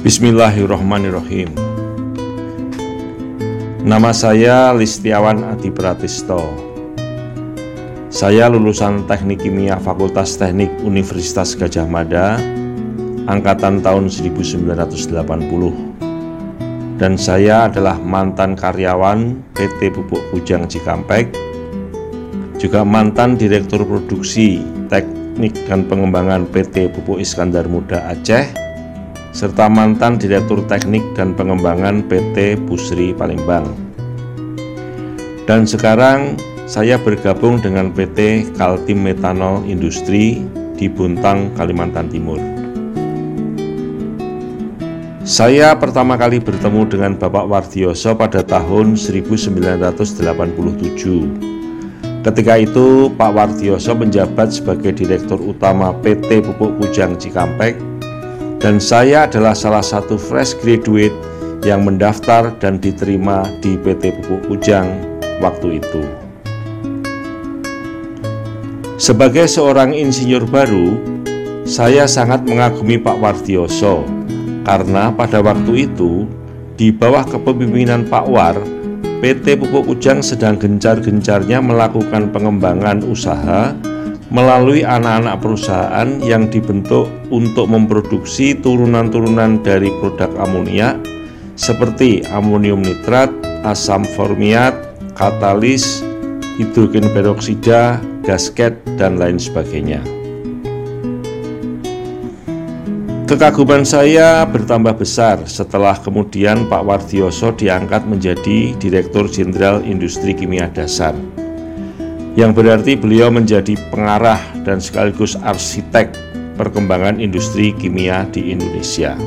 Bismillahirrahmanirrahim. Nama saya Listiawan Adi Pratisto. Saya lulusan Teknik Kimia Fakultas Teknik Universitas Gadjah Mada, angkatan tahun 1980. Dan saya adalah mantan karyawan PT Pupuk Kujang Cikampek, juga mantan Direktur Produksi Teknik dan Pengembangan PT Pupuk Iskandar Muda Aceh, serta mantan Direktur Teknik dan Pengembangan PT Pusri Palembang. Dan sekarang saya bergabung dengan PT Kaltim Metanol Industri di Bontang, Kalimantan Timur. Saya pertama kali bertemu dengan Bapak Wardioso pada tahun 1987. Ketika itu Pak Wardioso menjabat sebagai Direktur Utama PT Pupuk Kujang Cikampek, dan saya adalah salah satu fresh graduate yang mendaftar dan diterima di PT Pupuk Kujang waktu itu. Sebagai seorang insinyur baru, saya sangat mengagumi Pak Wardioso karena pada waktu itu di bawah kepemimpinan Pak War, PT Pupuk Kujang sedang gencar-gencarnya melakukan pengembangan usaha melalui anak-anak perusahaan yang dibentuk untuk memproduksi turunan-turunan dari produk amoniak seperti amonium nitrat, asam formiat, katalis, hidrogen peroksida, gasket, dan lain sebagainya. Kekaguman saya bertambah besar setelah kemudian Pak Wardioso diangkat menjadi Direktur Jenderal Industri Kimia Dasar, yang berarti beliau menjadi pengarah dan sekaligus arsitek perkembangan industri kimia di Indonesia.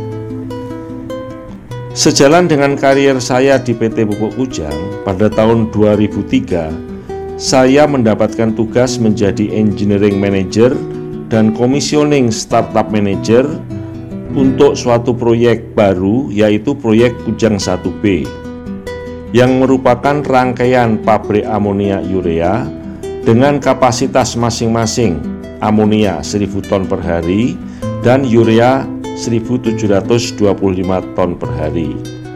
Sejalan dengan karier saya di PT Pupuk Kujang, pada tahun 2003, saya mendapatkan tugas menjadi Engineering Manager dan Commissioning Startup Manager untuk suatu proyek baru, yaitu proyek Kujang 1B, yang merupakan rangkaian pabrik amonia urea dengan kapasitas masing-masing amonia 1000 ton per hari dan urea 1725 ton per hari.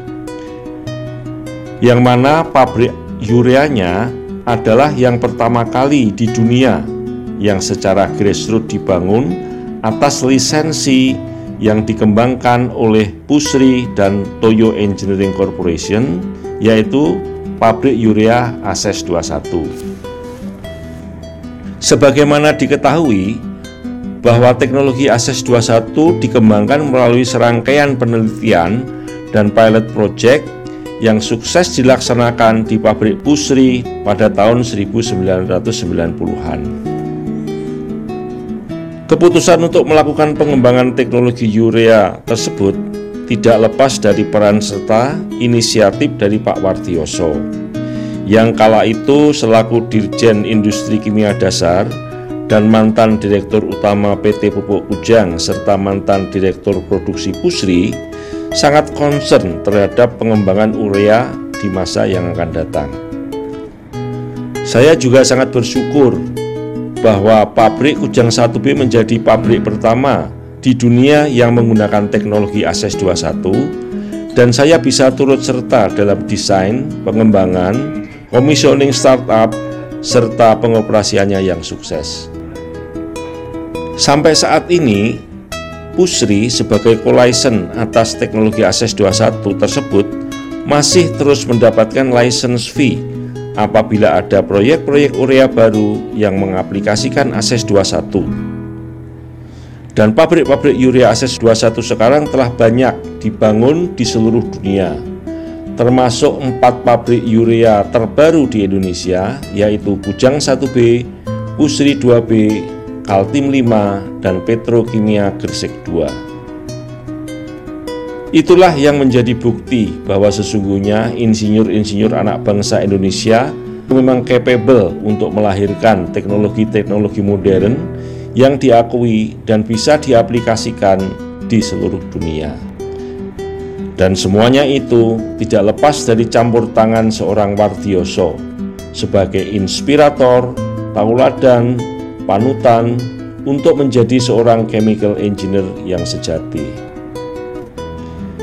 Yang mana pabrik ureanya adalah yang pertama kali di dunia yang secara grassroots dibangun atas lisensi yang dikembangkan oleh Pusri dan Toyo Engineering Corporation, yaitu pabrik urea ASES 21. Sebagaimana diketahui bahwa teknologi ASES 21 dikembangkan melalui serangkaian penelitian dan pilot project yang sukses dilaksanakan di pabrik Pusri pada tahun 1990-an. Keputusan untuk melakukan pengembangan teknologi urea tersebut tidak lepas dari peran serta inisiatif dari Pak Wardioso, yang kala itu selaku Dirjen Industri Kimia Dasar dan mantan Direktur Utama PT Pupuk Kujang serta mantan Direktur Produksi Pusri, sangat concern terhadap pengembangan urea di masa yang akan datang. Saya juga sangat bersyukur bahwa pabrik Kujang 1B menjadi pabrik pertama di dunia yang menggunakan teknologi ASES 21, dan saya bisa turut serta dalam desain, pengembangan, commissioning startup, serta pengoperasiannya yang sukses. Sampai saat ini, Pusri sebagai co-license atas teknologi ASES 21 tersebut masih terus mendapatkan license fee apabila ada proyek-proyek urea baru yang mengaplikasikan ASES 21. Dan pabrik-pabrik urea ASES 21 sekarang telah banyak dibangun di seluruh dunia, termasuk 4 pabrik urea terbaru di Indonesia, yaitu Kujang 1B, Pusri 2B, Kaltim 5, dan Petrokimia Gresik 2. Itulah yang menjadi bukti bahwa sesungguhnya insinyur-insinyur anak bangsa Indonesia memang capable untuk melahirkan teknologi-teknologi modern yang diakui dan bisa diaplikasikan di seluruh dunia. Dan semuanya itu tidak lepas dari campur tangan seorang Wardioso sebagai inspirator, tauladan, panutan untuk menjadi seorang chemical engineer yang sejati.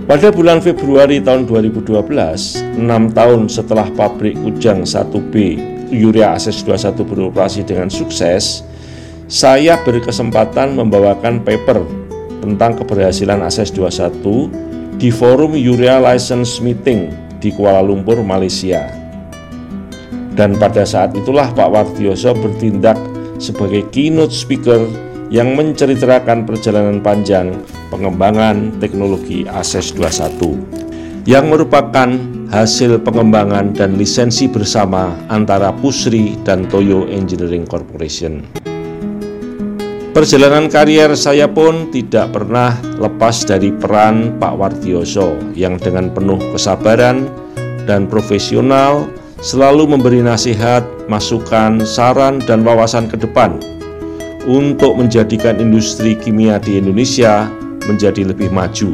Pada bulan Februari tahun 2012, 6 tahun setelah pabrik Kujang 1B Urea ACES 21 beroperasi dengan sukses, saya berkesempatan membawakan paper tentang keberhasilan ACES 21 di forum Urea License Meeting di Kuala Lumpur, Malaysia. Dan pada saat itulah Pak Wardioso bertindak sebagai keynote speaker yang menceritakan perjalanan panjang pengembangan teknologi ACES 21 yang merupakan hasil pengembangan dan lisensi bersama antara Pusri dan Toyo Engineering Corporation. Perjalanan karier saya pun tidak pernah lepas dari peran Pak Wardioso yang dengan penuh kesabaran dan profesional selalu memberi nasihat, masukan, saran, dan wawasan ke depan untuk menjadikan industri kimia di Indonesia menjadi lebih maju.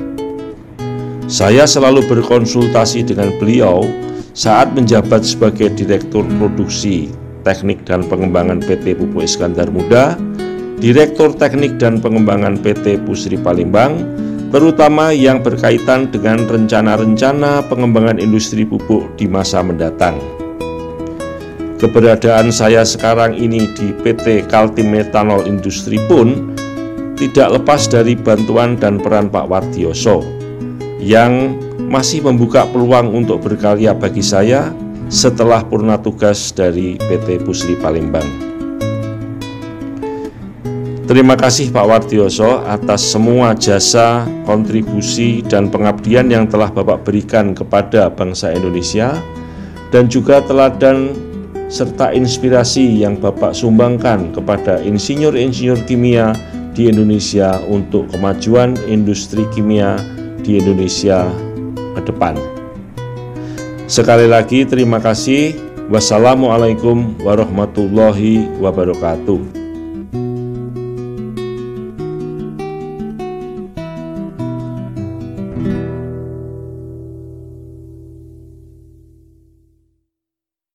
Saya selalu berkonsultasi dengan beliau saat menjabat sebagai Direktur Produksi, Teknik dan Pengembangan PT Pupuk Iskandar Muda, Direktur Teknik dan Pengembangan PT Pusri Palembang, terutama yang berkaitan dengan rencana-rencana pengembangan industri pupuk di masa mendatang. Keberadaan saya sekarang ini di PT Kaltim Methanol Industri pun tidak lepas dari bantuan dan peran Pak Wardioso yang masih membuka peluang untuk berkarya bagi saya setelah purna tugas dari PT Pusri Palembang. Terima kasih Pak Wardioso atas semua jasa, kontribusi, dan pengabdian yang telah Bapak berikan kepada bangsa Indonesia, dan juga teladan serta inspirasi yang Bapak sumbangkan kepada insinyur-insinyur kimia di Indonesia untuk kemajuan industri kimia di Indonesia ke depan. Sekali lagi terima kasih. Wassalamualaikum warahmatullahi wabarakatuh.